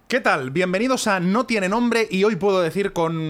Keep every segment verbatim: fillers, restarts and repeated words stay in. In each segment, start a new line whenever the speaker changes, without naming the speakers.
¿Qué tal? Bienvenidos a No Tiene Nombre y hoy puedo decir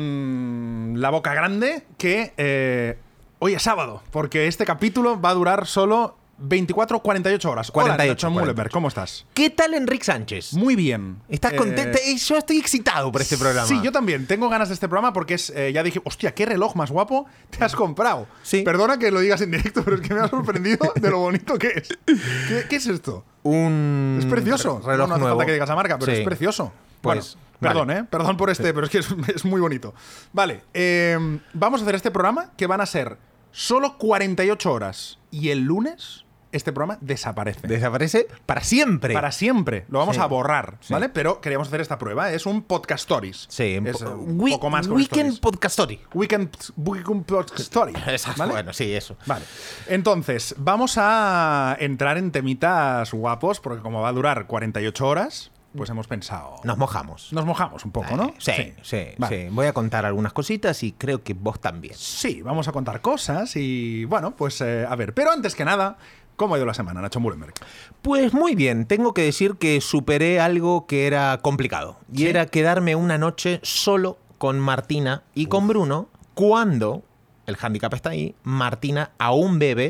con la boca grande que eh, hoy es sábado, porque este capítulo va a durar solo veinticuatro, cuarenta y ocho horas.
cuarenta y ocho,
Hola, Nacho Mullenberg, ¿cómo estás?
¿Qué tal, Enric Sánchez?
Muy bien.
¿Estás
Eh,
contento? Yo estoy excitado por este programa.
Sí, yo también. Tengo ganas de este programa porque es, eh, ya dije, hostia, qué reloj más guapo te has comprado.
Sí.
Perdona que lo digas en directo, pero es que me ha sorprendido de lo bonito que es. ¿Qué, qué es esto?
Un
Es precioso.
reloj
no, no hace
nuevo.
falta que digas la marca, pero
Sí.
es precioso.
Pues,
bueno, perdón,
vale.
¿eh? Perdón por este, pero es que es, es muy bonito. Vale, eh, vamos a hacer este programa que van a ser solo cuarenta y ocho horas. Y el lunes este programa desaparece.
Desaparece para siempre.
Para siempre. Lo vamos
Sí.
a borrar,
Sí.
¿vale? Pero queríamos hacer esta prueba. Es un podcast stories.
Sí, un
es
po-
un
Wi-
poco más con
Weekend
stories.
Podcast Story.
Weekend, weekend podcast story.
Exacto,
¿vale?
bueno, sí, eso.
Vale. Entonces, vamos a entrar en temitas guapos, porque como va a durar cuarenta y ocho horas, pues hemos pensado...
Nos mojamos.
Nos mojamos un poco, ¿no?
Eh, Sí, sí, sí,
Vale.
Voy a contar algunas cositas y creo que vos también.
Sí, vamos a contar cosas y, bueno, pues eh, a ver. Pero antes que nada, ¿cómo ha ido la semana, Nacho Mullenberg?
Pues muy bien, tengo que decir que superé algo que era complicado. Y
¿Sí?
era quedarme una noche solo con Martina y con Bruno cuando, el hándicap está ahí, Martina aún bebe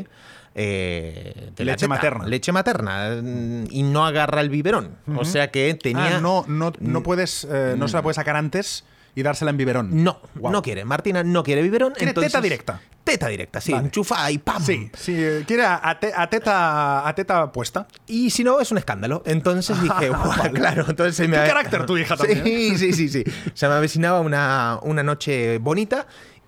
eh, de la
Leche
teta,
materna.
Leche materna. mm, Y no agarra el biberón. O sea que tenía...
Ah, no, no, no puedes, eh, no se la puedes sacar antes y dársela en biberón.
No,
Guau.
no quiere. Martina no quiere biberón.
Quiere
entonces-
teta directa.
Teta directa, sí.
Vale.
Enchufa y ¡pam!
Sí, sí, eh, quiere a, a te- a teta, a teta puesta.
Y si no, es un escándalo. Entonces dije, "Buah,
Vale.
claro, entonces se me...
¿Qué carácter tu hija también,
Sí, sí, sí, sí. Se me avecinaba una, una noche bonita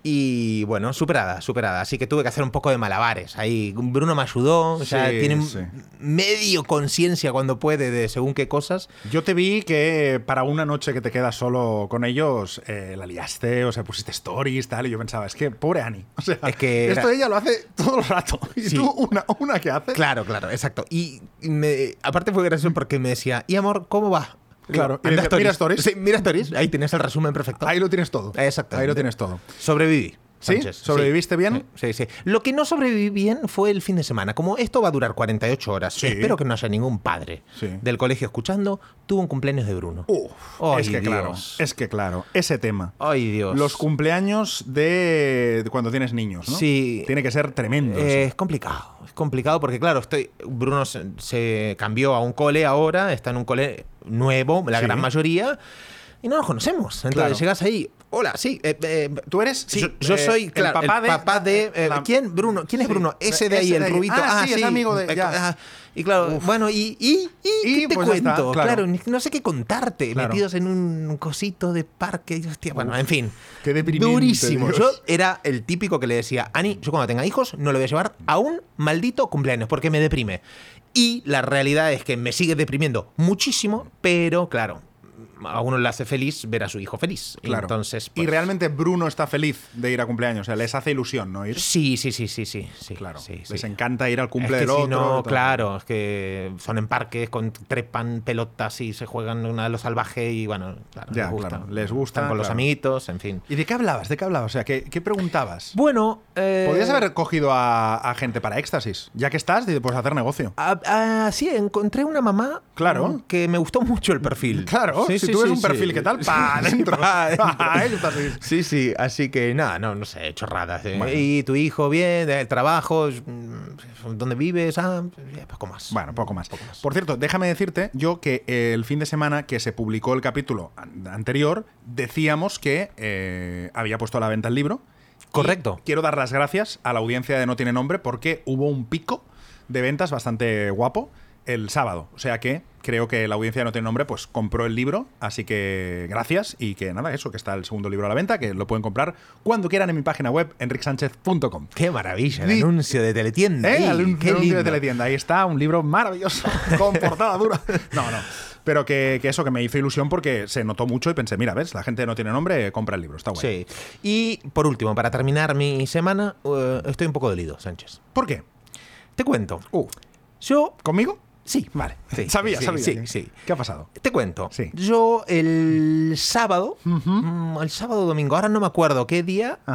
y, bueno, superada, superada. Así que tuve que hacer un poco de malabares. Ahí Bruno me ayudó, o sea,
Sí,
tiene
sí.
medio conciencia cuando puede de según qué cosas.
Yo te vi que para una noche que te quedas solo con ellos, eh, la liaste, o sea, pusiste stories, tal, y yo pensaba, es que pobre Ani. O sea,
Es que
esto
era-
ella lo hace todo el rato. Y
Sí.
tú, una, una que haces.
Claro, claro, exacto. Y me, aparte fue gracioso porque me decía, y amor, ¿cómo va?
Claro, y
Anda
decía, "Mira stories".
Sí, mira stories. Ahí tienes el resumen perfecto.
Ahí lo tienes todo.
Exacto.
Ahí lo tienes todo.
Sobreviví.
¿Sí?
Sánchez.
¿Sobreviviste bien?
Sí, sí. Lo que no sobreviví bien fue el fin de semana. Como esto va a durar cuarenta y ocho horas,
Sí.
espero que no haya ningún padre
Sí.
del colegio escuchando, tuvo un cumpleaños de Bruno.
Uf,
Ay,
es que
Dios.
claro, es que claro, ese tema.
Ay, Dios.
Los cumpleaños de, de cuando tienes niños, ¿no?
Sí.
Tiene que ser tremendo.
Eh,
eso.
es complicado, es complicado porque claro, estoy Bruno se, se cambió a un cole ahora, está en un cole nuevo, la
Sí.
gran mayoría, y no nos conocemos. Entonces
Claro.
llegas ahí, hola, sí, eh, eh,
Tú eres, sí,
yo, yo
eh,
soy
el
claro,
papá de-
papá de eh,
la-
¿quién? Bruno. ¿Quién es
Sí.
Bruno? Ese de ahí,
Ese
el
de ahí.
rubito.
Ah,
Ah,
sí, es amigo de-
Eh,
ya.
ah, Y claro,
Uf.
bueno, y, y, y,
Y,
¿qué te
pues ya está,
cuento?
claro.
Claro, ni- no sé qué contarte.
Claro.
Metidos en un cosito de parque. y hostia, bueno, en fin.
qué deprimente,
Durísimo.
Dios.
Yo era el típico que le decía, Ani, yo cuando tenga hijos no le voy a llevar a un maldito cumpleaños porque me deprime. Y la realidad es que me sigue deprimiendo muchísimo, pero claro, a uno le hace feliz ver a su hijo feliz.
Claro.
Entonces,
Y
pues,
realmente Bruno está feliz de ir a cumpleaños, o sea, les hace ilusión, ¿no? Ir.
Sí, sí, sí, sí, sí. sí
Claro,
sí,
les
sí.
encanta ir al cumple
Es que
del
si
otro.
no,
y todo.
claro, es que son en parques, con trepan pelotas y se juegan una de los salvajes y bueno, claro,
Ya,
les gusta.
claro, les gusta,
Están con los
claro.
amiguitos, en fin.
¿Y de qué hablabas? ¿De qué hablabas? O sea, ¿qué, qué preguntabas?
Bueno, eh,
Podrías haber cogido a, a gente para éxtasis. Ya que estás, dices, pues hacer negocio.
Ah, ah, sí, encontré una mamá
Claro.
mm, que me gustó mucho el perfil.
Claro,
Sí,
si
sí,
tú ves
sí,
un perfil,
sí.
¿qué tal? Pa' adentro.
Pa' adentro.
Pa' éxtasis.
Sí, sí, así que nada, no, no sé, chorradas. ¿eh?
Bueno.
Y tu hijo, bien, el trabajo, mm, ¿dónde vives? Ah, poco más.
Bueno, poco más.
Poco más.
Por cierto, déjame decirte yo que el fin de semana que se publicó el capítulo an- anterior, decíamos que eh, había puesto a la venta el libro.
Correcto.
Y quiero dar las gracias a la audiencia de No Tiene Nombre porque hubo un pico de ventas bastante guapo el sábado. O sea que creo que la audiencia de No Tiene Nombre pues compró el libro, así que gracias y que nada, eso, que está el segundo libro a la venta, que lo pueden comprar cuando quieran en mi página web, enric sánchez punto com.
Qué maravilla, el
Di-
anuncio de teletienda.
¿Eh?
ahí,
Al-
qué
anuncio de
lindo.
teletienda. Ahí está, un libro maravilloso, con portada dura. No, no. Pero que, que eso, que me hizo ilusión porque se notó mucho y pensé, mira, ¿ves? La gente No Tiene Nombre, compra el libro, está guay.
Sí. Y por último, para terminar mi semana, eh, estoy un poco dolido, Sánchez.
¿Por qué?
Te cuento.
Uh,
Yo.
¿Conmigo?
Sí.
Vale.
Sí,
sabía,
sí,
sabía.
sí, sí.
¿Qué ha pasado?
Te cuento.
Sí.
Yo el sábado, mm, el sábado o domingo, ahora no me acuerdo qué día,
Ajá.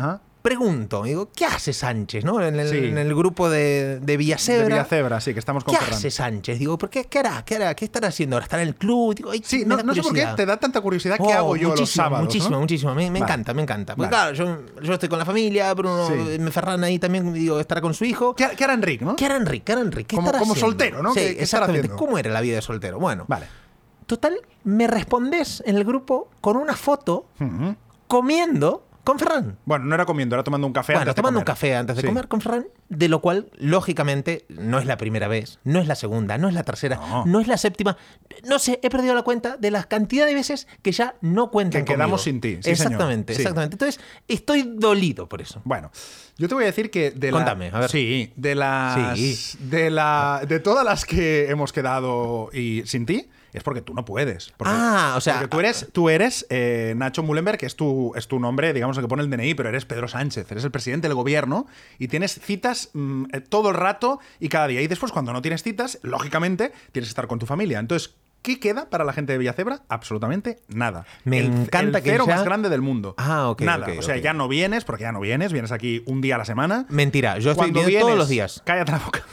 pregunto, digo, ¿qué hace Sánchez? ¿No? En, el,
Sí.
en el grupo de, de Villacebra.
De Villacebra, sí, que estamos con
¿Qué
Ferran.
hace Sánchez? Digo, ¿por qué, qué hará? ¿Qué hará? ¿Qué estará haciendo ahora? ¿Estará en el club? Digo, ay,
Sí,
me
no,
da
no sé por qué
curiosidad.
te da tanta curiosidad qué
Oh,
hago yo los
muchísimo,
sábados.
Muchísimo,
¿no?
muchísimo. Me, me
Vale.
encanta, me encanta. Porque
Vale.
claro, yo, yo estoy con la familia, Bruno,
Sí.
me Ferran ahí también, digo, estará con su hijo.
¿Qué, qué hará Enric, no?
¿Qué hará Enrique? ¿Qué hará Enrique? ¿Qué
Como-
estará
como
haciendo?
soltero, ¿no?
Sí,
¿Qué- qué estará
exactamente.
haciendo?
¿Cómo era la vida de soltero? Bueno,
Vale.
total, me respondes en el grupo con una foto
Ujú.
comiendo con Ferran.
Bueno, no era comiendo, era tomando un café
Bueno,
antes de
tomando un
comer.
café antes de
Sí.
comer con Ferran, de lo cual, lógicamente, no es la primera vez, no es la segunda, no es la tercera,
No.
no, es la séptima. No sé, he perdido la cuenta de la cantidad de veces que ya no cuentan
Que quedamos
conmigo.
sin ti, sí,
exactamente,
señor. Sí.
exactamente. Entonces, estoy dolido por eso.
Bueno, yo te voy a decir que de la-
Contame, a ver.
Sí, de las
Sí.
de la de todas las que hemos quedado y sin ti es porque tú no puedes. Porque,
Ah, o sea,
porque tú eres tú eres eh, Nacho Mullenberg, que es tu es tu nombre, digamos, el que pone el D N I, pero eres Pedro Sánchez, eres el presidente del gobierno y tienes citas mm, eh, todo el rato y cada día. Y después, cuando no tienes citas, lógicamente tienes que estar con tu familia. Entonces, ¿qué queda para la gente de Villacebra? Absolutamente nada.
Me
el,
encanta
el
que
cero
ya-
más grande del mundo.
Ah, ok,
Nada.
ok,
o sea,
ok.
ya no vienes, porque ya no vienes, vienes aquí un día a la semana.
Mentira, yo estoy
Cuando
viendo todos
vienes-
los días.
Cállate la boca.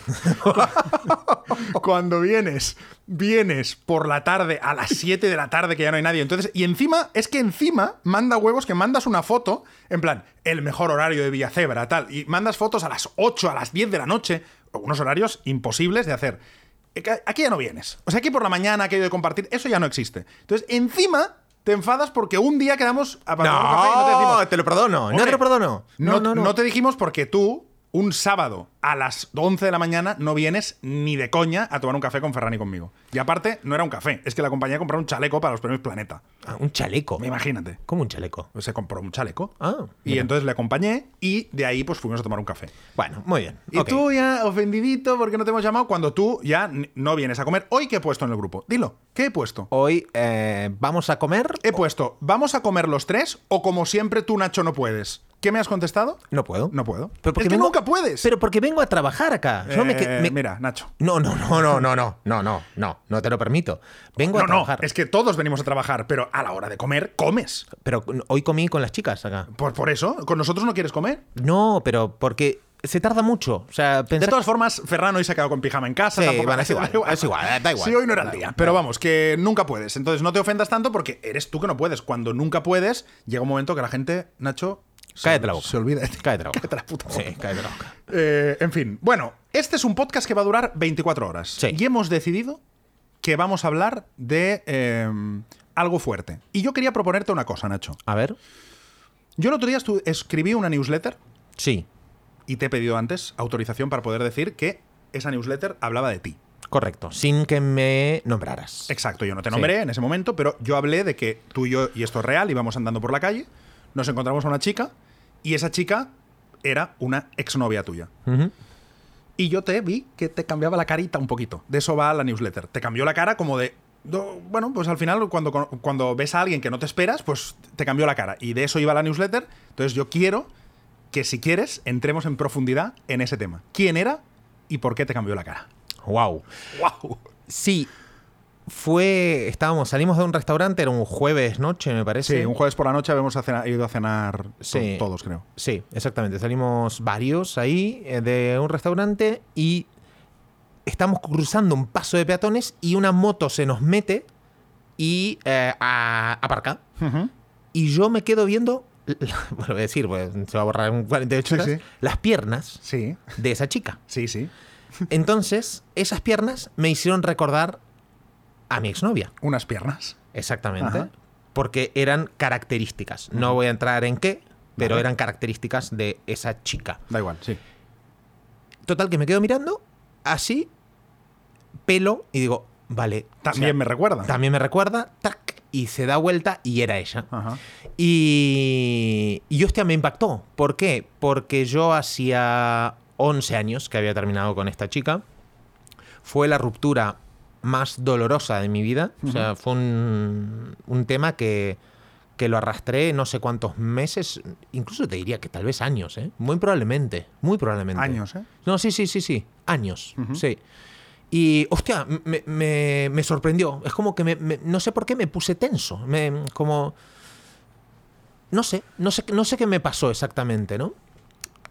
Cuando vienes, vienes por la tarde a las siete de la tarde que ya no hay nadie. Entonces, y encima, es que encima manda huevos que mandas una foto, en plan, el mejor horario de Villacebra, tal. Y mandas fotos a las ocho, a las diez de la noche. Unos horarios imposibles de hacer. Aquí ya no vienes. O sea, aquí por la mañana, aquello de compartir, eso ya no existe. Entonces, encima, te enfadas porque un día quedamos a tomar un café y no te decimos.
No, te lo perdono, no
Hombre,
te lo perdono.
No, no te dijimos porque tú, un sábado a las once de la mañana, no vienes ni de coña a tomar un café con Ferran y conmigo. Y aparte, no era un café, es que la compañía compró un chaleco para los premios Planeta.
Ah, un chaleco.
Imagínate.
¿Cómo un chaleco?
Pues se compró un chaleco.
Ah,
y
mira.
entonces le acompañé y de ahí pues fuimos a tomar un café.
Bueno, muy bien.
Y
ok.
tú ya ofendidito porque no te hemos llamado cuando tú ya n- no vienes a comer. ¿Hoy qué he puesto en el grupo? Dilo, ¿qué he puesto?
Hoy eh, vamos a comer.
He puesto, ¿vamos a comer los tres o como siempre tú, Nacho, no puedes? ¿Qué me has contestado?
No puedo.
No puedo.
Pero porque
es que
vengo-
nunca puedes.
Pero porque vengo a trabajar acá. Yo me, que-
Eh,
me-
Mira, Nacho.
No, no, no, no, no, no, no, no, no, no te lo permito. Vengo
No,
a
no,
trabajar.
es que todos venimos a trabajar, pero a la hora de comer, comes.
Pero hoy comí con las chicas acá.
Por, por eso, ¿con nosotros no quieres comer?
No, pero porque se tarda mucho. O sea,
De
pensar...
todas formas, Ferran hoy se ha quedado con pijama en casa.
Sí,
tampoco-
bueno, es igual, es igual, da igual.
Sí, hoy no era el día.
Da
Pero
igual.
vamos, que nunca puedes. Entonces no te ofendas tanto porque eres tú que no puedes. Cuando nunca puedes, llega un momento que la gente, Nacho, se-
Cállate la boca.
se olvida de ti.
Cállate la boca.
Cállate la puta boca.
Sí, cállate la boca.
Eh, en fin, bueno, este es un podcast que va a durar veinticuatro horas.
Sí.
Y hemos decidido que vamos a hablar de eh, algo fuerte. Y yo quería proponerte una cosa, Nacho.
A ver.
Yo el otro día estu- escribí una newsletter
Sí,
y te he pedido antes autorización para poder decir que esa newsletter hablaba de ti.
correcto. Sin que me nombraras.
Exacto, yo no te
Sí.
nombré en ese momento, pero yo hablé de que tú y yo, y esto es real, íbamos andando por la calle, nos encontramos a una chica y esa chica era una exnovia tuya.
Ujú.
Y yo te vi que te cambiaba la carita un poquito. De eso va la newsletter. Te cambió la cara como de... do- Bueno, pues al final cuando, cuando ves a alguien que no te esperas, pues te cambió la cara. Y de eso iba la newsletter. Entonces yo quiero que si quieres entremos en profundidad en ese tema. ¿Quién era y por qué te cambió la cara?
Wow.
¡Wow!
Sí, fue. Estábamos, salimos de un restaurante, era un jueves noche, me parece.
Sí, un jueves por la noche habíamos a cenar- ido a cenar to-
Sí.
todos, creo.
Sí, exactamente. Salimos varios ahí eh, de un restaurante y estamos cruzando un paso de peatones y una moto se nos mete y eh, a- aparca.
Ujú.
Y yo me quedo viendo, bueno, voy a decir, pues, se va a borrar en cuarenta y ocho
Sí,
horas,
sí.
las piernas
Sí,
de esa chica.
sí, sí.
Entonces, esas piernas me hicieron recordar a mi exnovia.
Unas piernas.
Exactamente.
Ajá.
Porque eran características. No voy a entrar en qué, pero
Vale.
eran características de esa chica.
Da igual, sí.
Total, que me quedo mirando así, pelo, y digo, vale.
También
o sea,
me recuerda.
También me recuerda, tac, y se da vuelta y era ella.
Ajá.
Y, y hostia, me impactó. ¿Por qué? Porque yo hacía once años que había terminado con esta chica. Fue la ruptura más dolorosa de mi vida. O sea, fue un, un tema que, que lo arrastré no sé cuántos meses, incluso te diría que tal vez años, ¿eh? Muy probablemente, muy probablemente.
Años, ¿eh?
No, sí, sí, sí, sí. Años,
Ujú.
sí. Y, hostia, me, me- me sorprendió. Es como que me, me- no sé por qué me puse tenso. Me, como... No sé, no sé, no sé qué me pasó exactamente, ¿no?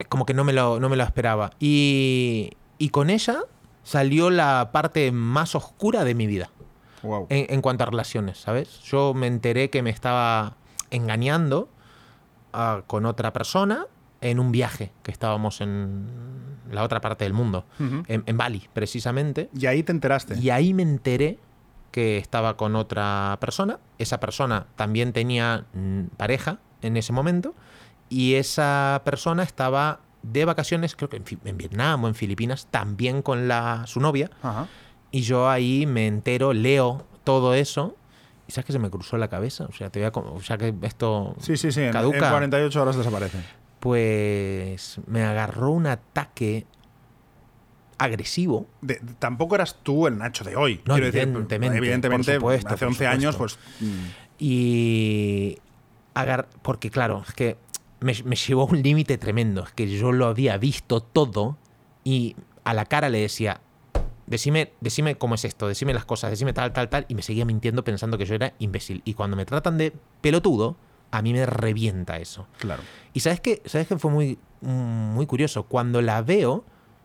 como que no me lo, no me lo esperaba. Y, y con ella salió la parte más oscura de mi vida.
Wow.
En, en cuanto a relaciones, ¿sabes? Yo me enteré que me estaba engañando uh, con otra persona en un viaje que estábamos en la otra parte del mundo,
Uh-huh.
en, en Bali, precisamente.
Y ahí te enteraste.
Y ahí me enteré que estaba con otra persona. Esa persona también tenía mm, pareja en ese momento. Y esa persona estaba de vacaciones, creo que en, en Vietnam o en Filipinas, también con la, su novia.
Ajá.
Y yo ahí me entero, leo todo eso. ¿Y sabes que se me cruzó la cabeza? O sea, te voy a, o sea que esto
Sí, sí, sí. En,
caduca.
en cuarenta y ocho horas desaparece.
Pues me agarró un ataque agresivo.
De, de- tampoco eras tú el Nacho de hoy.
No,
Quiero decir,
evidentemente,
evidentemente,
por supuesto,
hace
por
once años,
supuesto.
pues. mm,
Y agar porque claro, es que me, me llevó a un límite tremendo. Es que yo lo había visto todo y a la cara le decía, decime, decime cómo es esto, decime las cosas, decime tal, tal, tal. Y me seguía mintiendo pensando que yo era imbécil. Y cuando me tratan de pelotudo, a mí me revienta eso.
Claro.
Y ¿sabes qué? ¿Sabes qué fue muy, muy curioso? Cuando la veo...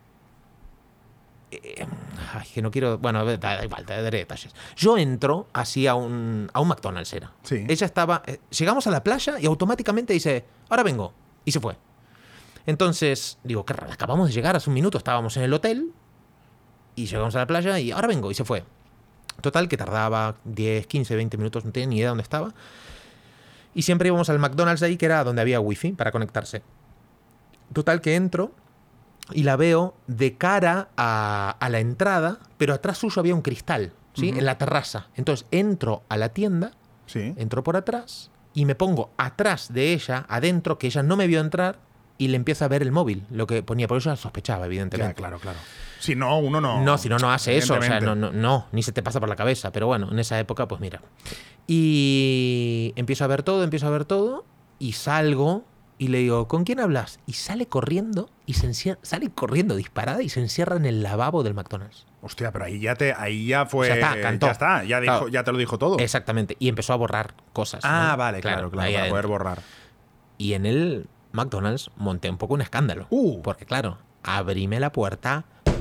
eh, ay, que no quiero... Bueno, da, da igual, te daré detalles. Yo entro así a un, a un McDonald's, era.
Sí.
Ella estaba... eh, llegamos a la playa y automáticamente dice, ahora vengo. Y se fue. Entonces, digo, qué raro, acabamos de llegar hace un minuto, estábamos en el hotel y llegamos a la playa y ahora vengo. Y se fue. Total, que tardaba diez, quince, veinte minutos, no tenía ni idea dónde estaba. Y siempre íbamos al McDonald's de ahí, que era donde había wifi para conectarse. Total, que entro y la veo de cara a, a la entrada, pero atrás suyo había un cristal, ¿sí?
Ujú.
En la terraza. Entonces entro a la tienda,
Sí.
entro por atrás y me pongo atrás de ella, adentro, que ella no me vio entrar, y le empiezo a ver el móvil, lo que ponía. Por eso la sospechaba,
Ya,
evidentemente.
claro, claro. Si no, uno no.
No, si no, no hace eso. O sea, no,
Evidentemente.
no, no, ni se te pasa por la cabeza. Pero bueno, en esa época, pues mira. Y empiezo a ver todo, empiezo a ver todo. Y salgo y le digo, ¿con quién hablas? Y sale corriendo, y se encierra, sale corriendo disparada y se encierra en el lavabo del McDonald's.
Hostia, pero ahí ya te, ahí ya fue.
Ya está, cantó.
Ya está, ya, dijo,
Claro.
ya te lo dijo todo.
Exactamente. Y empezó a borrar cosas.
Ah,
¿no?
vale, claro, claro,
ahí
para
adentro.
poder borrar.
Y en el McDonald's monté un poco un escándalo.
Uh.
Porque claro, abríme la puerta.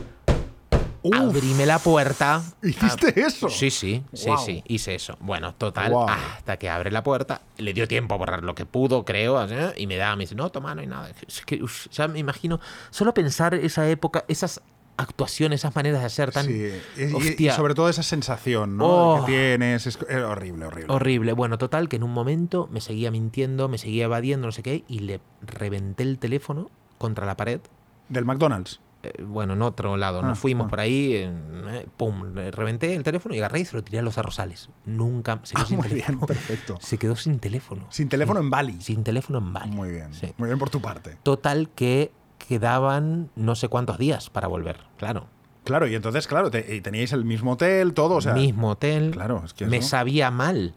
Uf,
Abríme la puerta.
¿hiciste
Ab-
eso?
Sí, sí, sí,
Wow.
sí, hice eso. Bueno, total,
Wow.
hasta que abre la puerta, le dio tiempo a borrar lo que pudo, creo, así, y me da, me dice, no, toma, no hay nada. Es que, uf, ya me imagino, solo pensar esa época, esas actuaciones, esas maneras de hacer tan...
Sí, y, y- y
hostia,
sobre todo esa sensación, ¿no?
Oh.
Que tienes. Es, es horrible, horrible.
horrible. Bueno, total, que en un momento me seguía mintiendo, me seguía evadiendo, no sé qué, y le reventé el teléfono contra la pared.
Del McDonald's.
Eh, bueno, en otro lado.
Ah,
Nos fuimos
ah.
por ahí, eh, pum, le reventé el teléfono y agarré y se lo tiré a los arrozales. Nunca se quedó
Ah,
sin
muy
teléfono.
bien, perfecto.
Se quedó sin teléfono.
Sin teléfono en Bali.
Sin teléfono en Bali.
Muy bien.
Sí.
Muy bien por tu parte.
Total que quedaban no sé cuántos días para volver. Claro.
Claro, y entonces, claro, te- y teníais el mismo hotel, todo, o sea.
Mismo hotel.
Claro, es que
Me
eso-
sabía mal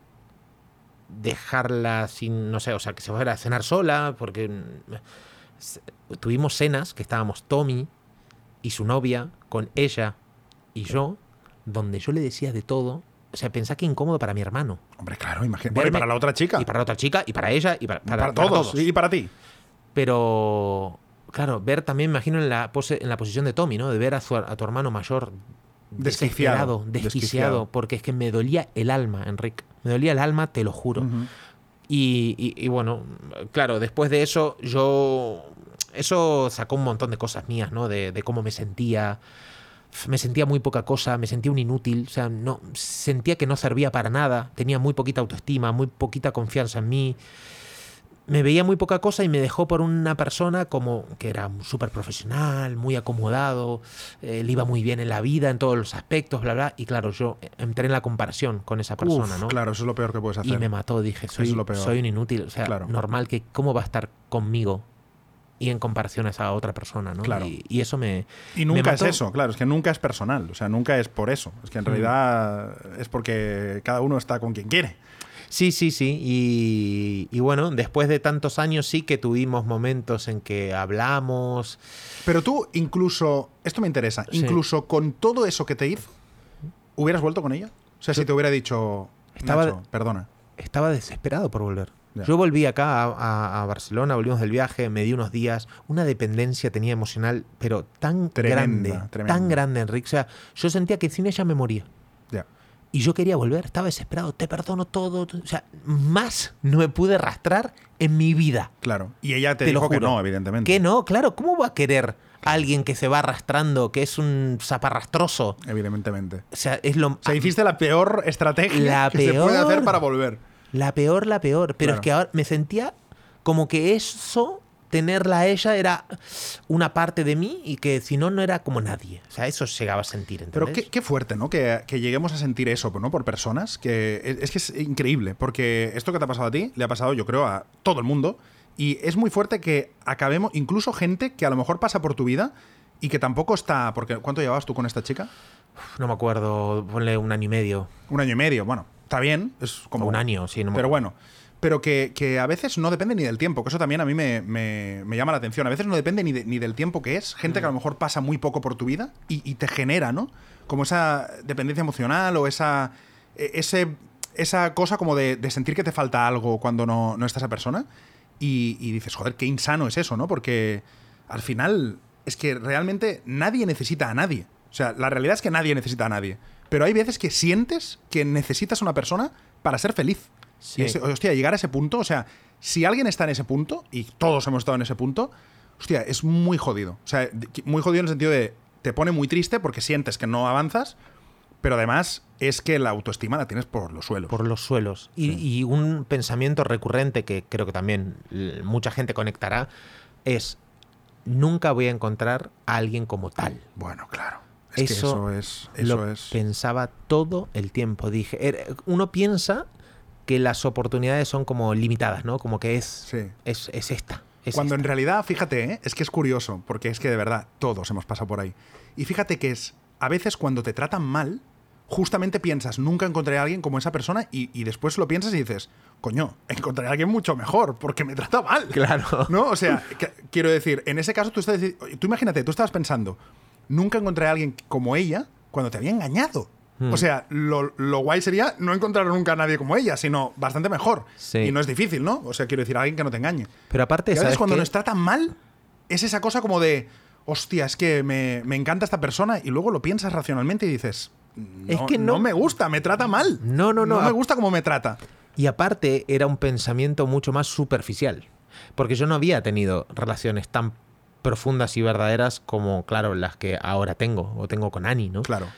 dejarla sin, no sé, o sea, que se fuera a cenar sola, porque mm, s- tuvimos cenas que estábamos Tommy y su novia con ella y yo, donde yo le decía de todo. O sea, pensá que incómodo para mi hermano.
Hombre, claro, imagínate. Bueno, y
Verme-
para la otra chica.
Y para la otra chica, y para ella, y para,
para,
para-
todos.
para todos.
Y para ti.
Pero, claro, ver también, me imagino, en la, pose- en la posición de Tommy, ¿no? De ver a, su- a tu hermano mayor
Desquiciado,
desesperado, desquiciado,
desquiciado.
porque es que me dolía el alma, Enrique. Me dolía el alma, te lo juro.
Ujú.
y, y- y bueno, claro, después de eso, yo... Eso sacó un montón de cosas mías, ¿no? De, de cómo me sentía. Me sentía muy poca cosa, me sentía un inútil, o sea, no, sentía que no servía para nada, tenía muy poquita autoestima, muy poquita confianza en mí. Me veía muy poca cosa y me dejó por una persona como que era súper profesional, muy acomodado, eh, le iba muy bien en la vida, en todos los aspectos, bla, bla. Y claro, yo entré en la comparación con esa persona,
Uf,
¿no?
claro, eso es lo peor que puedes hacer.
Y me mató, dije,
Eso
soy,
es lo peor.
soy un inútil. O sea,
Claro.
normal que cómo va a estar conmigo y en comparación a esa otra persona, ¿no?
Claro.
Y, y eso me
Y
me
nunca es
mató.
eso, claro, es que nunca es personal, o sea, nunca es por eso. Es que en
Mm.
realidad es porque cada uno está con quien quiere.
Sí, sí, sí. Y, y bueno, después de tantos años sí que tuvimos momentos en que hablamos.
Pero tú, incluso, esto me interesa,
Sí.
incluso con todo eso que te hizo, ¿hubieras vuelto con ella? O sea, si te hubiera dicho,
Estaba-
Nacho, perdona.
estaba desesperado por volver.
Ya.
Yo volví acá a, a- a Barcelona, volvimos del viaje, me di unos días, una dependencia tenía emocional, pero tan
Tremenda,
grande,
tremenda.
tan grande, Enrique. O sea, yo sentía que sin ella me moría.
Ya.
Y yo quería volver, estaba desesperado, te perdono todo. O sea, más no me pude arrastrar en mi vida.
Claro. Y ella te,
Te lo
dijo que
juro.
no, evidentemente.
Que no, claro, ¿cómo va a querer alguien que se va arrastrando, que es un zaparrastroso?
Evidentemente.
O sea, es lo...
O sea, hiciste la peor estrategia
La
que se puede
peor.
hacer para volver.
La peor, la peor. Pero
Claro.
es que ahora me sentía como que eso, tenerla a ella, era una parte de mí y que si no, no era como nadie. O sea, eso llegaba a sentir, ¿entendés?
Pero qué, qué fuerte, ¿no? Que, que lleguemos a sentir eso, ¿no? Por personas. Que es, es que es increíble. Porque esto que te ha pasado a ti, le ha pasado, yo creo, a todo el mundo. Y es muy fuerte que acabemos, incluso gente que a lo mejor pasa por tu vida y que tampoco está. Porque ¿cuánto llevabas tú con esta chica?
Uf, no me acuerdo, ponle un año y medio.
Un año y medio. Bueno, está bien. Es como
Un año, sí, no me
Pero
acuerdo.
bueno. Pero que, que a veces no depende ni del tiempo, que eso también a mí me, me- me llama la atención. A veces no depende ni, de- ni del tiempo que es. Gente que a lo mejor pasa muy poco por tu vida y, y te genera, ¿no? Como esa dependencia emocional o esa, e- ese, esa cosa como de, de sentir que te falta algo cuando no, no está esa persona. Y, y dices, joder, qué insano es eso, ¿no? Porque al final es que realmente nadie necesita a nadie. O sea, la realidad es que nadie necesita a nadie. Pero hay veces que sientes que necesitas a una persona para ser feliz.
Sí.
Y ese- hostia, llegar a ese punto, o sea, si alguien está en ese punto, y todos hemos estado en ese punto, hostia, es muy jodido. O sea, de- muy jodido en el sentido de, te pone muy triste porque sientes que no avanzas, pero además es que la autoestima la tienes por los suelos.
Por los suelos. Y, y un pensamiento recurrente que creo que también l- mucha gente conectará es, nunca voy a encontrar a alguien como tal.
Bueno, claro. Es
Eso,
que eso es... Eso
lo
es...
pensaba todo el tiempo. Dije, er- uno piensa que las oportunidades son como limitadas, ¿no? Como que es,
Sí.
es, es esta. Es
Cuando
esta.
en realidad, fíjate, ¿eh? Es que es curioso, porque es que de verdad todos hemos pasado por ahí. Y fíjate que es, a veces cuando te tratan mal, justamente piensas, nunca encontré a alguien como esa persona, y, y después lo piensas y dices, coño, encontré a alguien mucho mejor, porque me trata mal.
Claro.
¿No? O sea, que- quiero decir, en ese caso tú estás, tú imagínate, tú estabas pensando, nunca encontré a alguien como ella cuando te había engañado.
Hmm.
O sea, lo, lo guay sería no encontrar nunca a nadie como ella, sino bastante mejor.
Sí.
Y no es difícil, ¿no? O sea, quiero decir, a alguien que no te engañe.
Pero aparte,
Y a veces
¿sabes
cuando
qué?
nos tratan mal, es esa cosa como de, hostia, es que me, me encanta esta persona, y luego lo piensas racionalmente y dices, no,
Es que no-
me gusta, me trata mal.
No, no, no.
No me gusta cómo me trata.
Y aparte era un pensamiento mucho más superficial, porque yo no había tenido relaciones tan profundas y verdaderas como, claro, las que ahora tengo, o tengo con Ani, ¿no?
Claro.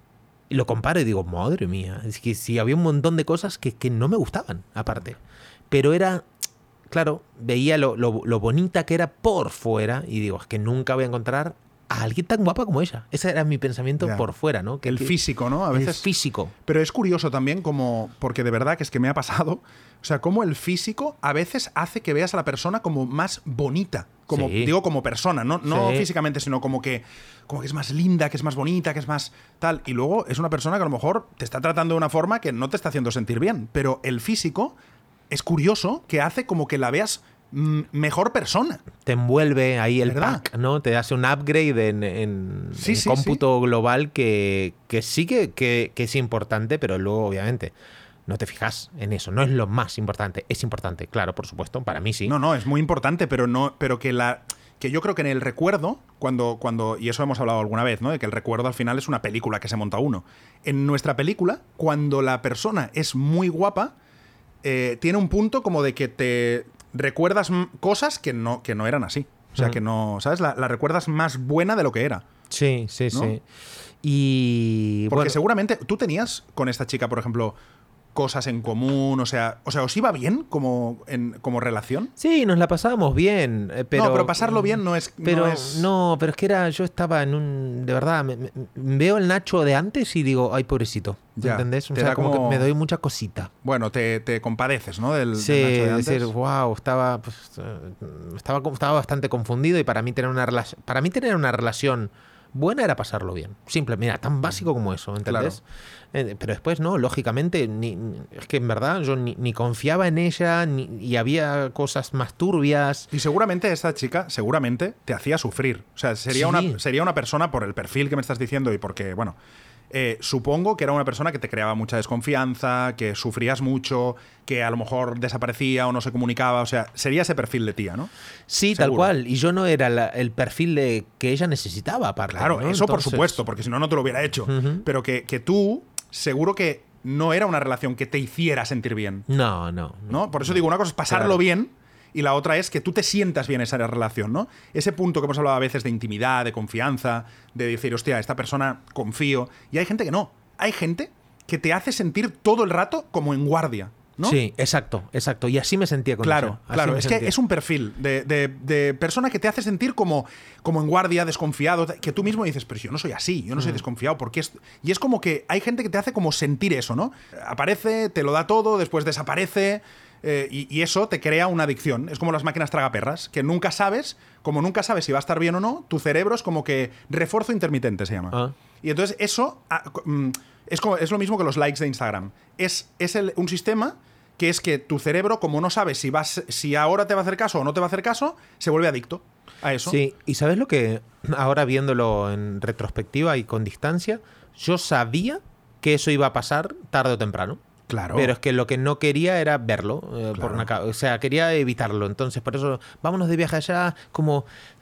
Y lo comparo y digo, madre mía, es que sí, había un montón de cosas que, que no me gustaban, aparte. Pero era, claro, veía lo, lo- lo bonita que era por fuera y digo, es que nunca voy a encontrar a alguien tan guapa como ella. Ese era mi pensamiento
Ya.
por fuera, ¿no? Que-
El
que-
físico, ¿no? A
el
veces.
físico.
Pero es curioso también como, porque de verdad que es que me ha pasado, o sea, cómo el físico a veces hace que veas a la persona como más bonita. Como,
Sí.
digo, como persona, no, no
Sí.
físicamente, sino como que, como que es más linda, que es más bonita, que es más tal. Y luego es una persona que a lo mejor te está tratando de una forma que no te está haciendo sentir bien. Pero el físico es curioso que hace como que la veas mm, mejor persona.
Te envuelve ahí el
¿Verdad?
pack, ¿no? Te hace un upgrade en, en,
Sí,
en
sí,
cómputo global que, que sí que, que- que es importante, pero luego, obviamente, no te fijas en eso. No es lo más importante. Es importante, claro, por supuesto. Para mí sí.
No, no, es muy importante, pero no, pero que la. Que yo creo que en el recuerdo, cuando, cuando. Y eso hemos hablado alguna vez, ¿no? De que el recuerdo al final es una película que se monta uno. En nuestra película, cuando la persona es muy guapa, eh, tiene un punto como de que te recuerdas m- cosas que no, que no eran así. O sea,
Mm.
que no. ¿Sabes? La, la recuerdas más buena de lo que era.
Sí, sí,
¿No?
sí. Y
Porque
bueno,
seguramente tú tenías con esta chica, por ejemplo, cosas en común, o sea, o sea, ¿os iba bien como, en, como relación?
sí, nos la pasábamos bien, eh, pero
no, pero pasarlo bien no es...
Pero
no, es-
no, pero es que era, yo estaba en un, de verdad, me- me- veo el Nacho de antes y digo, ay, pobrecito,
Ya,
¿entendés? O
te
sea,
da
como,
como-
que me doy mucha cosita.
Bueno, te, te compadeces, ¿no? Del,
Sí,
del Nacho de
decir,
antes.
wow, estaba, pues, eh, estaba, estaba bastante confundido y para mí tener una relación, para mí tener una relación buena era pasarlo bien. Simple, mira, tan básico como eso, ¿entendés? Eh, pero después, no, lógicamente, ni, ni- es que en verdad yo ni, ni confiaba en ella ni, y había cosas más turbias.
Y seguramente esta chica, seguramente, te hacía sufrir. O sea, sería,
Sí.
una, sería una persona, por el perfil que me estás diciendo y porque, bueno, eh, supongo que era una persona que te creaba mucha desconfianza, que sufrías mucho, que a lo mejor desaparecía o no se comunicaba. O sea, sería ese perfil de tía, ¿no?
Sí,
Seguro.
tal cual. Y yo no era la- el perfil de que ella necesitaba, aparte.
Claro,
¿no?
eso por
Entonces-
supuesto, porque si no, no te lo hubiera hecho.
Ujú.
Pero que, que tú, seguro que no era una relación que te hiciera sentir bien,
No, no.
¿no? Por eso digo, una cosa es pasarlo
Claro.
bien y la otra es que tú te sientas bien en esa relación, ¿no? Ese punto que hemos hablado a veces de intimidad, de confianza, de decir, hostia, esta persona confío. Y hay gente que no. Hay gente que te hace sentir todo el rato como en guardia, ¿no?
Sí, exacto, exacto. Y así me sentía con
Claro,
ella. Así
claro.
me
Es
sentía.
que es un perfil de, de- de persona que te hace sentir como, como en guardia, desconfiado, que tú mismo dices, pero si yo no soy así, yo no
Mm.
soy desconfiado, porque es... Y es como que hay gente que te hace como sentir eso, ¿no? Aparece, te lo da todo, después desaparece, eh, y, y eso te crea una adicción. Es como las máquinas tragaperras, que nunca sabes, como nunca sabes si va a estar bien o no, tu cerebro es como que refuerzo intermitente se llama.
Ah.
Y entonces eso ah, co- mm, es, como, es lo mismo que los likes de Instagram. Es, es el- un sistema que es que tu cerebro, como no sabes si, vas, si ahora te va a hacer caso o no te va a hacer caso, se vuelve adicto a eso.
Sí, y ¿sabes lo que ahora viéndolo en retrospectiva y con distancia? Yo sabía que eso iba a pasar tarde o temprano.
Claro.
Pero es que lo que no quería era verlo. eh, por
Claro.
una ca- o sea, quería evitarlo. Entonces, por eso, vámonos de viaje allá, como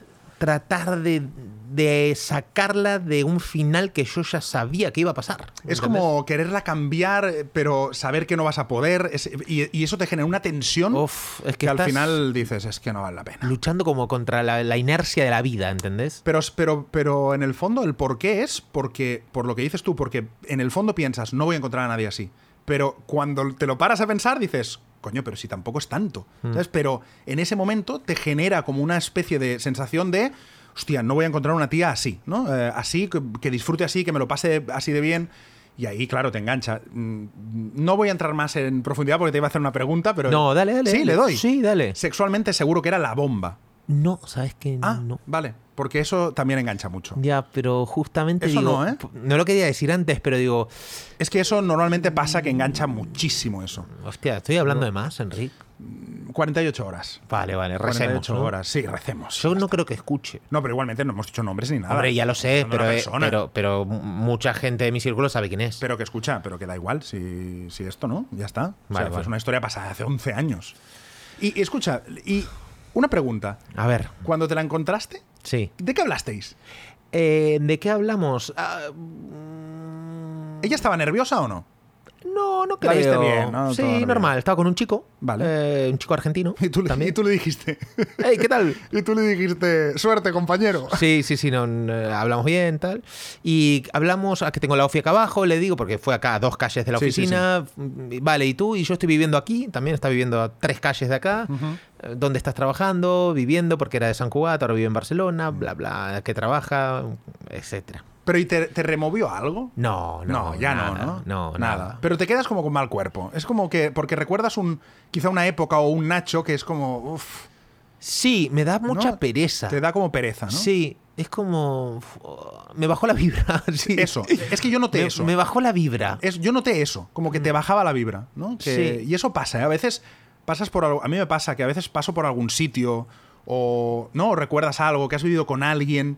tratar de, de sacarla de un final que yo ya sabía que iba a pasar.
Es
¿entendés?
como quererla cambiar, eh, pero saber que no vas a poder. es- y, y eso te genera una tensión
Uf, es que,
que al
estás
final dices, es que no vale la pena.
luchando como contra la, la inercia de la vida, ¿entendés?
Pero, pero, pero en el fondo el por qué es porque, por lo que dices tú, porque en el fondo piensas, no voy a encontrar a nadie así. Pero cuando te lo paras a pensar, dices, coño, pero si tampoco es tanto. ¿Sabes? Pero en ese momento te genera como una especie de sensación de, hostia, no voy a encontrar una tía así, ¿no? Eh, así, que, que disfrute así, que me lo pase así de bien. Y ahí, claro, te engancha. Mm, No voy a entrar más en profundidad porque te iba a hacer una pregunta, pero...
No, dale, dale.
Sí,
dale.
le doy.
Sí, dale.
Sexualmente seguro que era la bomba.
No, ¿sabes qué?
Ah,
No.
vale. Porque eso también engancha mucho.
Ya, pero justamente
Eso
digo,
no, ¿eh?
no lo quería decir antes, pero digo,
Es que eso normalmente pasa que engancha muchísimo eso.
hostia, estoy hablando de más, Enrique.
cuarenta y ocho horas.
Vale, vale,
cuarenta y
recemos.
ocho
¿no?
horas. Sí, recemos.
Yo no creo que escuche.
No, pero igualmente no hemos dicho nombres ni nada.
Hombre, ya lo sé,
Son de una
pero, eh,
persona.
pero, pero mucha gente de mi círculo sabe quién es.
Pero que escucha, pero que da igual si, si esto, ¿no? Ya está. O
Vale,
sea,
vale.
es una historia pasada hace once años. Y, y escucha, y una pregunta.
A ver,
Cuando te la encontraste,
sí.
¿de qué hablasteis?
Eh, ¿De qué hablamos? Ah, mm,
¿Ella estaba nerviosa o no?
no, no
La
creo.
viste bien, ¿no?
Sí,
Todo bien.
normal. Estaba con un chico.
Vale.
eh, un chico argentino.
Y tú, le-
también.
y tú le dijiste.
Hey, ¿qué tal?
Y tú le dijiste, suerte, compañero.
Sí, sí, sí, no, no, hablamos bien, tal. Y hablamos, a que tengo la ofi acá abajo, le digo, porque fue acá a dos calles de la
Sí, sí,
oficina. Y Vale, ¿y tú? Y yo estoy viviendo aquí, también está viviendo a tres calles de acá. Eh, ¿Dónde estás trabajando? Viviendo, porque era de San Cugat, ahora vive en Barcelona, bla, bla, que trabaja, etcétera.
Pero ¿y te, te removió algo?
No, no,
No, ya
nada,
no, ¿no?
No, nada.
Pero te quedas como con mal cuerpo. Es como que, porque recuerdas un, quizá una época o un Nacho que es como, uff,
Sí, me da mucha
¿no?
pereza.
te da como pereza, ¿no?
Sí, es como... uf, me bajó la vibra. sí.
Eso, es que yo noté
Me,
eso.
me bajó la vibra.
Es, yo noté eso, como que te bajaba la vibra, ¿no? Que-
Sí.
Y eso pasa, ¿eh? A veces pasas por algo, a mí me pasa que a veces paso por algún sitio o, ¿no? O recuerdas algo que has vivido con alguien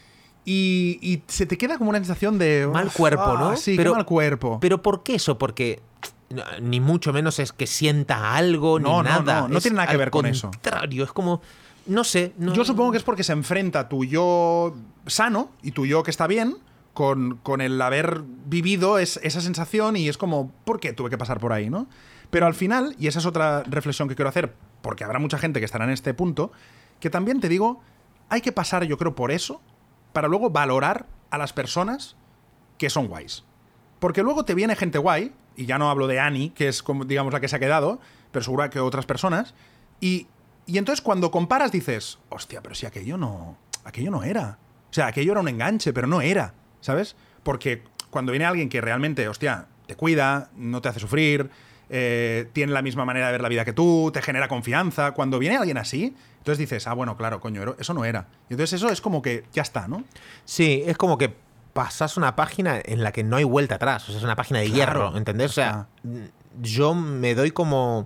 y, y se te queda como una sensación de...
Mal
"Uf,
cuerpo,
ah,
¿no?
Sí,
Pero-
qué mal cuerpo.
¿Pero por qué eso? Porque no, ni mucho menos es que sienta algo
No,
ni
no,
nada.
no, no
Es
tiene nada que
al
ver con eso.
contrario, es como... No sé. no-
Yo supongo que es porque se enfrenta tu yo sano y tu yo que está bien con, con el haber vivido es, esa sensación y es como, ¿por qué tuve que pasar por ahí, no? Pero al final, y esa es otra reflexión que quiero hacer, porque habrá mucha gente que estará en este punto, que también te digo, hay que pasar, yo creo, por eso, para luego valorar a las personas que son guays. Porque luego te viene gente guay, y ya no hablo de Annie, que es como, digamos, la que se ha quedado, pero seguro que otras personas, y, y entonces cuando comparas dices, hostia, pero si aquello no, aquello no era. O sea, aquello era un enganche, pero no era, ¿sabes? Porque cuando viene alguien que realmente, hostia, te cuida, no te hace sufrir, eh, tiene la misma manera de ver la vida que tú, te genera confianza, cuando viene alguien así, entonces dices, ah, bueno, claro, coño, eso no era. Y entonces eso es como que ya está, ¿no?
Sí, es como que pasas una página en la que no hay vuelta atrás. O sea, es una página de
Claro,
hierro, ¿entendés? O sea,
ah.
yo me doy como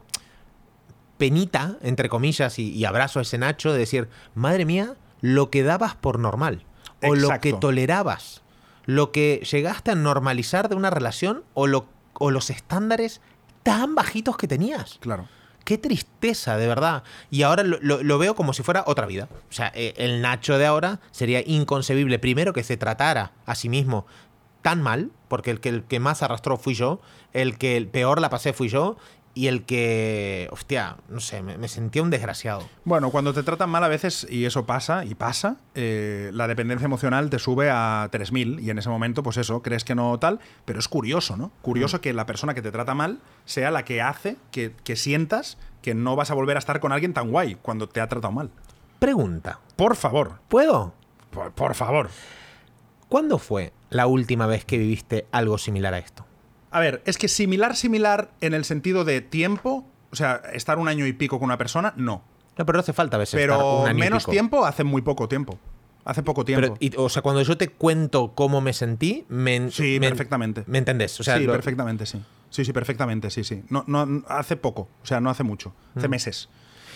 penita, entre comillas, y, y abrazo a ese Nacho de decir, madre mía, lo que dabas por normal. O lo que
Exacto.
tolerabas. lo que llegaste a normalizar de una relación o, lo, o los estándares tan bajitos que tenías.
Claro.
Qué tristeza, de verdad. Y ahora lo, lo, lo veo como si fuera otra vida. O sea, eh, el Nacho de ahora sería inconcebible, primero, que se tratara a sí mismo tan mal, porque el que, el que más arrastró fui yo, el que el peor la pasé fui yo, y el que, hostia, no sé, me, me sentía un desgraciado.
Bueno, cuando te tratan mal a veces, y eso pasa, y pasa, eh, la dependencia emocional te sube a tres mil, y en ese momento, pues eso, crees que no tal, pero es curioso, ¿no? Curioso mm. que la persona que te trata mal sea la que hace que, que sientas que no vas a volver a estar con alguien tan guay cuando te ha tratado mal.
Pregunta.
Por favor.
¿Puedo?
Por, por favor.
¿Cuándo fue la última vez que viviste algo similar a esto?
A ver, es que similar, similar en el sentido de tiempo, o sea, estar un año y pico con una persona, no.
No, pero no hace falta a veces
pero
estar un año
menos
y pico.
tiempo hace muy poco tiempo. Hace poco tiempo.
Pero, y, o sea, cuando yo te cuento cómo me sentí, me,
sí,
me,
perfectamente.
¿Me entendés? O sea,
sí,
lo...
perfectamente, sí. Sí, sí, perfectamente, sí, sí. No, no, hace poco, o sea, no hace mucho, hace mm. meses.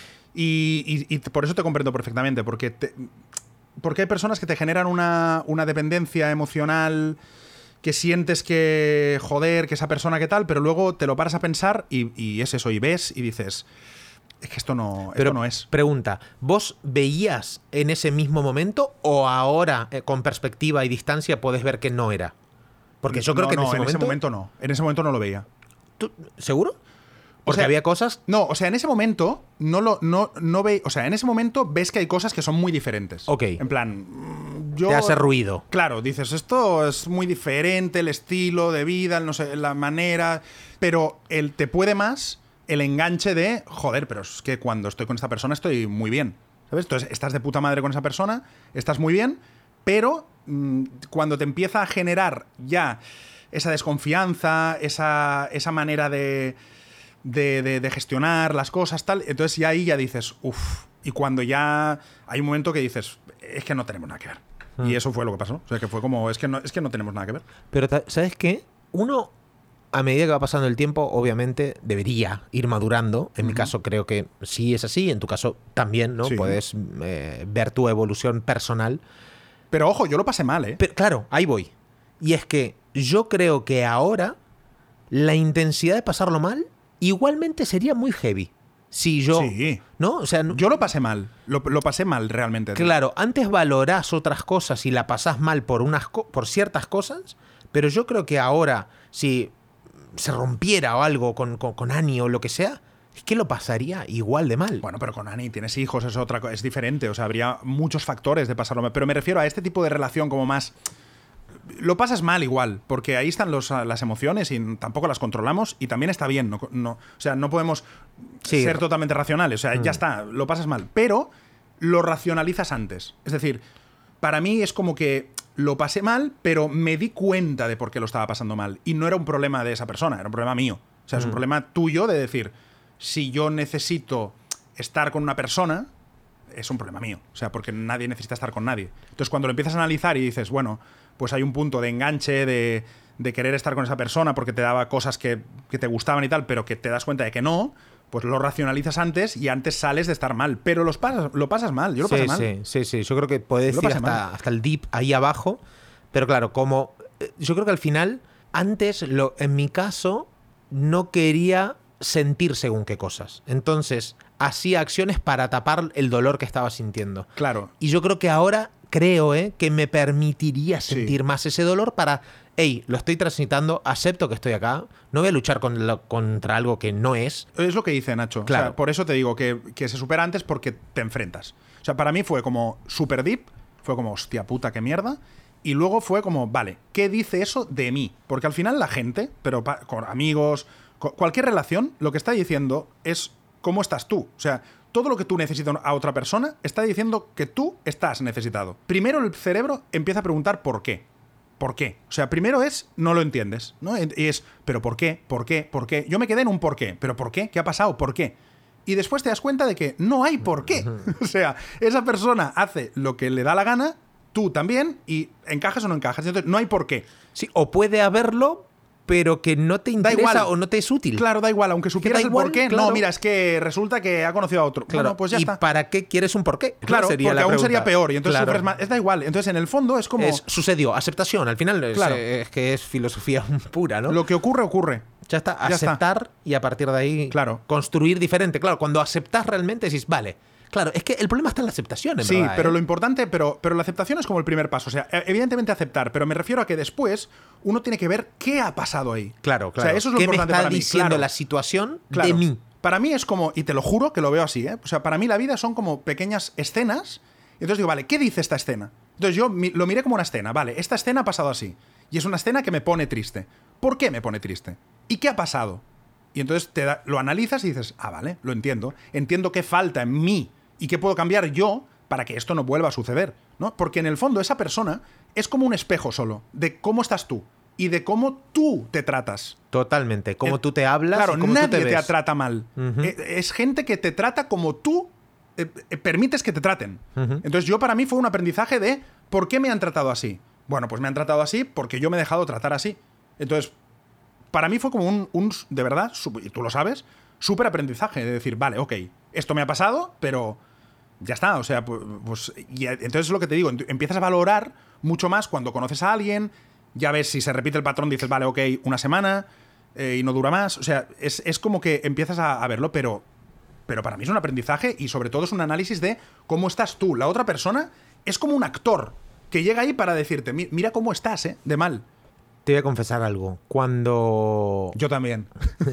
Y, y, y por eso te comprendo perfectamente, porque, te, porque hay personas que te generan una, una dependencia emocional que sientes que, joder, que esa persona que tal, pero luego te lo paras a pensar y, y es eso, y ves y dices, es que esto no,
pero
esto no es.
Pregunta, ¿vos veías en ese mismo momento o ahora, eh, con perspectiva y distancia, podés ver que no era? Porque yo creo
no,
que en,
no,
ese,
en
momento...
ese momento no. En ese momento no lo veía.
¿Tú, ¿Seguro?
O
Porque
sea,
había cosas...
No, o sea, en ese momento no lo no, no ve, o sea, en ese momento ves que hay cosas que son muy diferentes.
Ok.
En plan, yo...
Te hace ruido.
Claro, dices, esto es muy diferente, el estilo de vida, el no sé, la manera... Pero el, te puede más el enganche de, joder, pero es que cuando estoy con esta persona estoy muy bien. ¿Sabes? Entonces, estás de puta madre con esa persona, estás muy bien, pero mmm, cuando te empieza a generar ya esa desconfianza, esa, esa manera de... De, de, de gestionar las cosas, tal. Entonces ya ahí ya dices, uff. Y cuando ya hay un momento que dices, es que no tenemos nada que ver. Mm. Y eso fue lo que pasó. O sea, que fue como, es que no, es que no tenemos nada que ver.
Pero, ¿sabes qué? Uno, a medida que va pasando el tiempo, obviamente debería ir madurando. En uh-huh. mi caso creo que sí es así. En tu caso también, ¿no? Sí. Puedes eh, ver tu evolución personal.
Pero ojo, yo lo pasé mal, ¿eh?
Pero, claro, ahí voy. Y es que yo creo que ahora la intensidad de pasarlo mal igualmente sería muy heavy. Si yo...
Sí.
¿No? O sea, no,
yo lo pasé mal. Lo, lo pasé mal realmente.
Claro, antes valorás otras cosas y la pasás mal por, unas co- por ciertas cosas, pero yo creo que ahora, si se rompiera o algo con, con, con Ani o lo que sea, es que lo pasaría igual de mal.
Bueno, pero con Ani tienes hijos, es otra cosa, es diferente. O sea, habría muchos factores de pasarlo mal. Pero me refiero a este tipo de relación como más... Lo pasas mal igual, porque ahí están los, las emociones y tampoco las controlamos y también está bien. No, no, o sea, no podemos sí. ser totalmente racionales. O sea, mm. ya está, lo pasas mal. Pero lo racionalizas antes. Es decir, para mí es como que lo pasé mal, pero me di cuenta de por qué lo estaba pasando mal. Y no era un problema de esa persona, era un problema mío. O sea, mm. es un problema tuyo de decir, si yo necesito estar con una persona, es un problema mío. O sea, porque nadie necesita estar con nadie. Entonces, cuando lo empiezas a analizar y dices, bueno... pues hay un punto de enganche, de, de querer estar con esa persona porque te daba cosas que, que te gustaban y tal, pero que te das cuenta de que no, pues lo racionalizas antes y antes sales de estar mal. Pero los pasas, lo pasas mal, yo lo
sí,
pasé mal.
Sí, sí, sí, yo creo que puedes ir hasta, hasta el deep ahí abajo, pero claro, como... Yo creo que al final, antes, lo, en mi caso, no quería sentir según qué cosas. Entonces, hacía acciones para tapar el dolor que estaba sintiendo.
Claro.
Y yo creo que ahora... creo eh, que me permitiría sentir
sí.
más ese dolor para, hey, lo estoy transitando, acepto que estoy acá, no voy a luchar con lo, contra algo que no es.
Es lo que dice Nacho.
Claro.
O sea, por eso te digo que, que se supera antes porque te enfrentas. O sea, para mí fue como super deep, fue como, hostia puta, qué mierda. Y luego fue como, vale, ¿qué dice eso de mí? Porque al final la gente, pero pa- con amigos, con cualquier relación, lo que está diciendo es cómo estás tú. O sea... todo lo que tú necesitas a otra persona está diciendo que tú estás necesitado. Primero el cerebro empieza a preguntar por qué. ¿Por qué? O sea, primero es, no lo entiendes, ¿no? Y es, ¿pero por qué? ¿Por qué? ¿Por qué? Yo me quedé en un por qué. ¿Pero por qué? ¿Qué ha pasado? ¿Por qué? Y después te das cuenta de que no hay por qué. O sea, esa persona hace lo que le da la gana, tú también, y encajas o no encajas. Entonces, no hay por qué.
Sí, o puede haberlo, pero que no te interesa
igual.
o no te es útil.
Claro, da igual, aunque supieras
da
el
igual,
porqué.
claro.
No, mira, es que resulta que ha conocido a otro.
Claro,
Bueno, pues ya
¿y
está.
para qué quieres un porqué?
Claro,
Sería
porque
la
aún
pregunta.
sería peor y entonces
Claro.
sufres más. Es da igual. Entonces, en el fondo es como...
Es, sucedió, aceptación. Al final es,
Claro.
es que es filosofía pura, ¿no?
Lo que ocurre, ocurre.
Ya está,
Ya
aceptar
está.
y a partir de ahí
Claro.
construir diferente. Claro, cuando aceptas realmente decís, vale. Claro, es que el problema está en la aceptación, en
Sí,
verdad,
pero
¿eh?
lo importante, pero, pero la aceptación es como el primer paso. O sea, evidentemente aceptar, pero me refiero a que después uno tiene que ver qué ha pasado ahí.
Claro, claro.
O sea, eso es lo
¿Qué me
importante
está
para mí.
diciendo
Claro.
la situación
Claro.
de mí?
Para mí es como, y te lo juro que lo veo así, ¿eh? O sea, para mí la vida son como pequeñas escenas. Y entonces digo, vale, ¿qué dice esta escena? Entonces yo mi- lo miré como una escena. Vale, esta escena ha pasado así. Y es una escena que me pone triste. ¿Por qué me pone triste? ¿Y qué ha pasado? Y entonces te da- lo analizas y dices, ah, vale, lo entiendo. Entiendo qué falta en mí y qué puedo cambiar yo para que esto no vuelva a suceder, ¿no? Porque en el fondo esa persona es como un espejo solo de cómo estás tú y de cómo tú te tratas.
Totalmente. Cómo
Eh,
tú te hablas
Claro,
y cómo
nadie
tú te
te,
ves.
trata mal.
Ujú.
Eh, Es gente que te trata como tú eh, eh, permites que te traten.
Ujú.
Entonces yo para mí fue un aprendizaje de ¿por qué me han tratado así? Bueno, pues me han tratado así porque yo me he dejado tratar así. Entonces, para mí fue como un, un de verdad, su- y tú lo sabes, súper aprendizaje de decir, vale, ok, esto me ha pasado, pero ya está, o sea, pues, pues y entonces es lo que te digo, ent- empiezas a valorar mucho más cuando conoces a alguien, ya ves si se repite el patrón, dices, vale, ok, una semana eh, y no dura más, o sea, es, es como que empiezas a, a verlo, pero, pero para mí es un aprendizaje y sobre todo es un análisis de cómo estás tú. La otra persona es como un actor que llega ahí para decirte, "Mi- mira cómo estás, ¿eh? De mal.
Te voy a confesar algo. Cuando,
Yo también.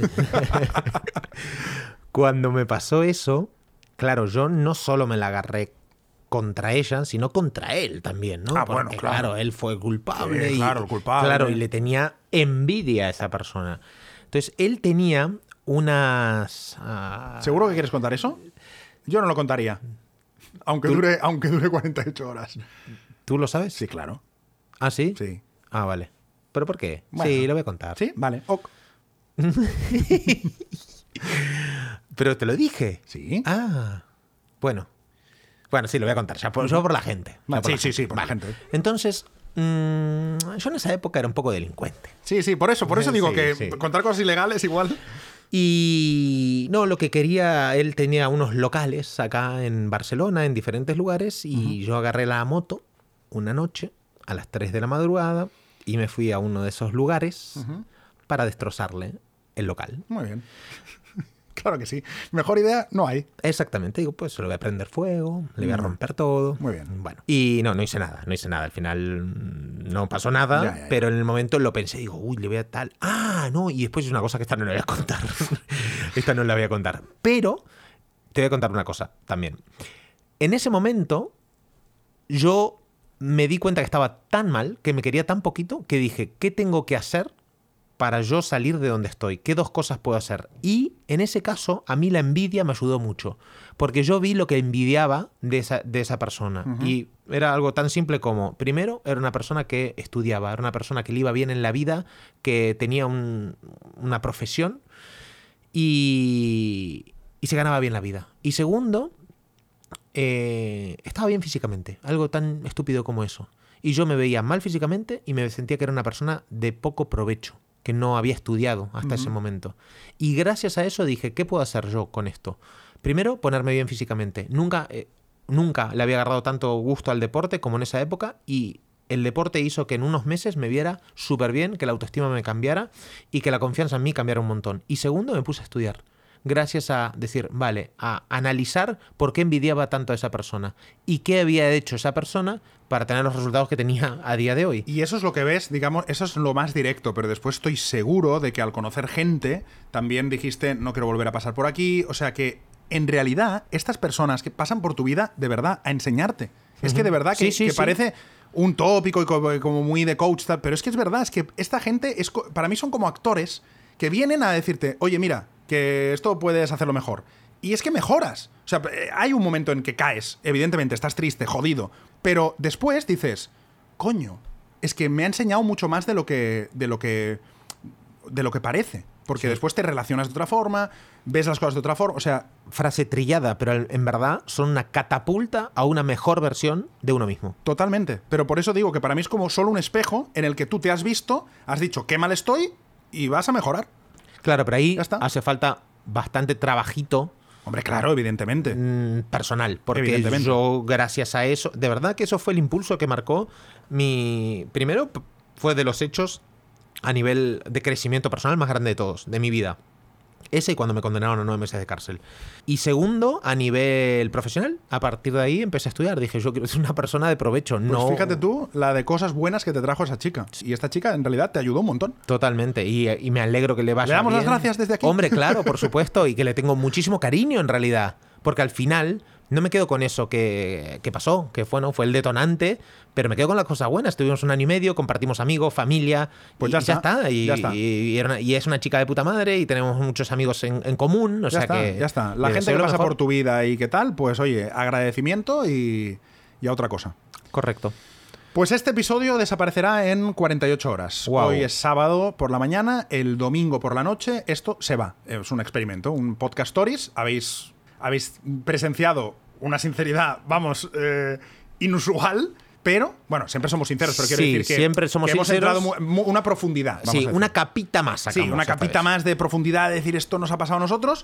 cuando me pasó eso, claro, yo no solo me la agarré contra ella, sino contra él también, ¿no?
Ah,
Porque,
bueno, claro.
él fue culpable.
Sí,
y,
claro, el culpable.
Claro, y le tenía envidia a esa persona. Entonces, él tenía unas... ah,
¿Seguro que quieres contar eso? Yo no lo contaría. Aunque dure, aunque dure cuarenta y ocho horas.
¿Tú lo sabes?
Sí, claro.
¿Ah, sí?
Sí.
Ah, vale. ¿Pero por qué?
Bueno.
Sí, lo voy a contar.
¿Sí? Vale. Ok.
Pero te lo dije.
Sí.
Ah, bueno. Bueno, sí, lo voy a contar. Ya por, yo por la gente. Ya
Vale,
por
sí,
la
sí, sí, por la gente.
Entonces, mm, yo en esa época era un poco delincuente.
Sí, sí, por eso, por eso
Sí,
digo
sí,
que
sí.
contar cosas ilegales igual.
Y no, lo que quería, él tenía unos locales acá en Barcelona, en diferentes lugares, y yo agarré la moto una noche a las tres de la madrugada y me fui a uno de esos lugares
Ujú.
para destrozarle el local.
Muy bien. Claro que sí. Mejor idea no hay.
Exactamente, digo, pues se lo voy a prender fuego, le voy a
Mm.
romper todo.
Muy bien.
Bueno, y no, no hice nada, no hice nada. Al final mm, no pasó nada,
Ya, ya, ya.
pero en el momento lo pensé, digo, uy, le voy a tal. Ah, no, y después es una cosa que esta no la voy a contar. Esta no la voy a contar. Pero te voy a contar una cosa también. En ese momento, yo me di cuenta que estaba tan mal, que me quería tan poquito, que dije, ¿qué tengo que hacer para yo salir de donde estoy? ¿Qué dos cosas puedo hacer? Y en ese caso, a mí la envidia me ayudó mucho, porque yo vi lo que envidiaba de esa, de esa persona.
Ujú.
Y era algo tan simple como, primero, era una persona que estudiaba, era una persona que le iba bien en la vida, que tenía un- una profesión y, y se ganaba bien la vida. Y segundo, eh, estaba bien físicamente, algo tan estúpido como eso. Y yo me veía mal físicamente y me sentía que era una persona de poco provecho, que no había estudiado hasta ese
Ujú.
momento. Y gracias a eso dije, ¿qué puedo hacer yo con esto? Primero, ponerme bien físicamente. Nunca, eh, nunca le había agarrado tanto gusto al deporte como en esa época, y el deporte hizo que en unos meses me viera súper bien, que la autoestima me cambiara y que la confianza en mí cambiara un montón. Y segundo, me puse a estudiar. Gracias a decir, vale, a analizar por qué envidiaba tanto a esa persona y qué había hecho esa persona para tener los resultados que tenía a día de hoy.
Y eso es lo que ves, digamos, eso es lo más directo, pero después estoy seguro de que al conocer gente también dijiste, no quiero volver a pasar por aquí, o sea que en realidad estas personas que pasan por tu vida de verdad a enseñarte. Es que de verdad que,
Sí, sí,
que
sí.
parece un tópico y como, como muy de coach, tal, pero es que es verdad, es que esta gente, es, co- para mí son como actores que vienen a decirte, oye, mira, que esto puedes hacerlo mejor. Y es que mejoras. O sea, eh, hay un momento en que caes, evidentemente, estás triste, jodido, pero después dices, coño, es que me ha enseñado mucho más de lo que, de lo que, de lo que parece. Porque
Sí.
después te relacionas de otra forma, ves las cosas de otra forma, o sea,
Frase trillada, pero en verdad son una catapulta a una mejor versión de uno mismo.
totalmente. Pero por eso digo que para mí es como solo un espejo en el que tú te has visto, has dicho, qué mal estoy, y vas a mejorar.
Claro, pero ahí
Ya está.
hace falta bastante trabajito
Hombre, claro, evidentemente.
mm, personal, porque
Evidentemente.
yo gracias a eso, de verdad que eso fue el impulso que marcó mi... Primero p- fue de los hechos a nivel de crecimiento personal más grande de todos, de mi vida. Ese y cuando me condenaron a nueve meses de cárcel. Y segundo, a nivel profesional. A partir de ahí empecé a estudiar. Dije, yo quiero ser una persona de provecho.
Pues
no...
fíjate tú la de cosas buenas que te trajo esa chica. Y esta chica en realidad te ayudó un montón.
Totalmente. Y, y me alegro que le vaya
Le damos las
bien.
gracias desde aquí.
Hombre, claro, por supuesto. Y que le tengo muchísimo cariño en realidad. Porque al final no me quedo con eso que, que pasó, que fue, ¿no? fue el detonante, pero me quedo con las cosas buenas. Estuvimos un año y medio, compartimos amigos, familia.
Pues
y
ya
y ya
está,
está. Y,
ya está.
y- y era una- y es una chica de puta madre y tenemos muchos amigos en, en común. O
Ya
sea
está,
que
ya está. La
le
gente
deseo
que
lo
pasa
mejor.
por tu vida y qué tal, pues oye, agradecimiento y, y a otra cosa.
Correcto.
Pues este episodio desaparecerá en cuarenta y ocho horas.
Guau.
Hoy es sábado por la mañana, el domingo por la noche, esto se va. Es un experimento, un podcast stories. Habéis, habéis presenciado una sinceridad, vamos, eh, inusual, pero, bueno, siempre somos sinceros, pero quiero
Sí,
decir que,
siempre somos
que hemos
sinceros.
entrado mu- mu- una profundidad. vamos
Sí,
a decir.
una capita más
Sí,
sacamos
una
esta
capita
vez.
más de profundidad, de decir esto nos ha pasado a nosotros,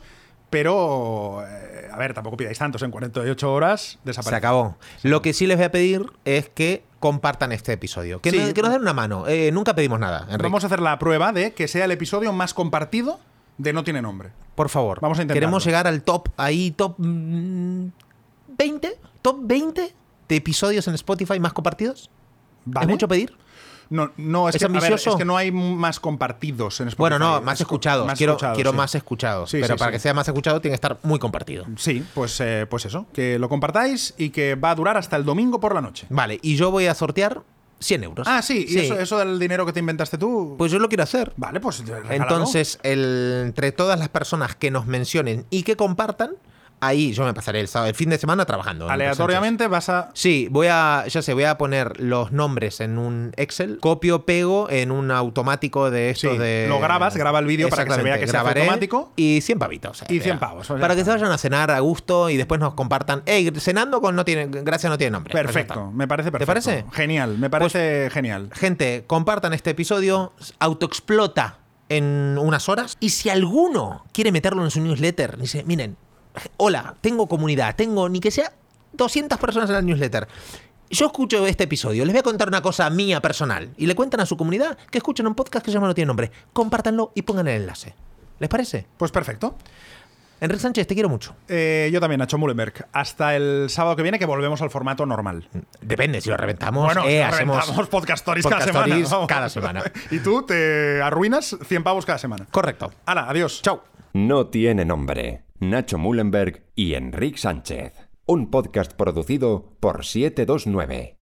pero, eh, a ver, tampoco pidáis tantos, en cuarenta y ocho horas desaparece.
Se acabó. Lo que sí les voy a pedir es que compartan este episodio. Que,
Sí.
nos, que nos den una mano. Eh, nunca pedimos nada, Enrique.
Vamos a hacer la prueba de que sea el episodio más compartido de No Tiene Nombre.
Por favor.
Vamos a intentarlo.
Queremos llegar al top, ahí, top mm, veinte, top veinte de episodios en Spotify más compartidos.
¿Vale?
¿Es mucho pedir?
No, no es,
¿Es
que, a ver,
ambicioso?
es que no hay más compartidos en Spotify.
Bueno, no, más
Es-
escuchados.
más
quiero
escuchados,
quiero
sí.
más escuchados.
Sí,
pero
sí,
para
sí.
que sea más escuchado tiene que estar muy compartido.
Sí, pues, eh, pues eso, que lo compartáis y que va a durar hasta el domingo por la noche.
Vale, y yo voy a sortear cien euros.
Ah, sí, y Eso, eso del dinero que te inventaste tú.
Pues yo lo quiero hacer.
Vale, pues regálalo.
Entonces, el- entre todas las personas que nos mencionen y que compartan, ahí yo me pasaré el sábado, el fin de semana trabajando. en
Aleatoriamente vas a.
Sí, voy a, ya sé, voy a poner los nombres en un Excel, copio, pego en un automático de esto
Sí,
de...
lo grabas, graba el vídeo para que se vea que se hace
Grabaré
automático.
Y cien pavitos. eh,
Y cien
ya.
pavos, o sea,
Para
ya
que se
está.
vayan a cenar a gusto y después nos compartan. Ey, cenando con no tiene, gracias no tiene nombre. Pues ya
Perfecto,
está.
me parece perfecto.
¿Te parece?
Genial, me parece genial.
Gente, compartan este episodio, autoexplota en unas horas. Y si alguno quiere meterlo en su newsletter, dice, miren, hola, tengo comunidad, tengo ni que sea doscientas personas en la newsletter. Yo escucho este episodio, les voy a contar una cosa mía personal. Y le cuentan a su comunidad que escuchan un podcast que se llama No Tiene Nombre. Compártanlo y pongan el enlace. ¿Les parece?
Pues perfecto.
Enrique Sánchez, te quiero mucho.
Eh, yo también, Nacho Mullenberg. Hasta el sábado que viene, que volvemos al formato normal.
Depende, si lo reventamos,
Bueno,
eh,
nos
hacemos
reventamos podcast stories cada
podcast
semana.
stories
vamos.
cada semana.
Y tú te arruinas cien pavos cada semana.
Correcto.
Hala, adiós.
Chao.
No Tiene Nombre. Nacho Mullenberg y Enrique Sánchez. Un podcast producido por siete dos nueve.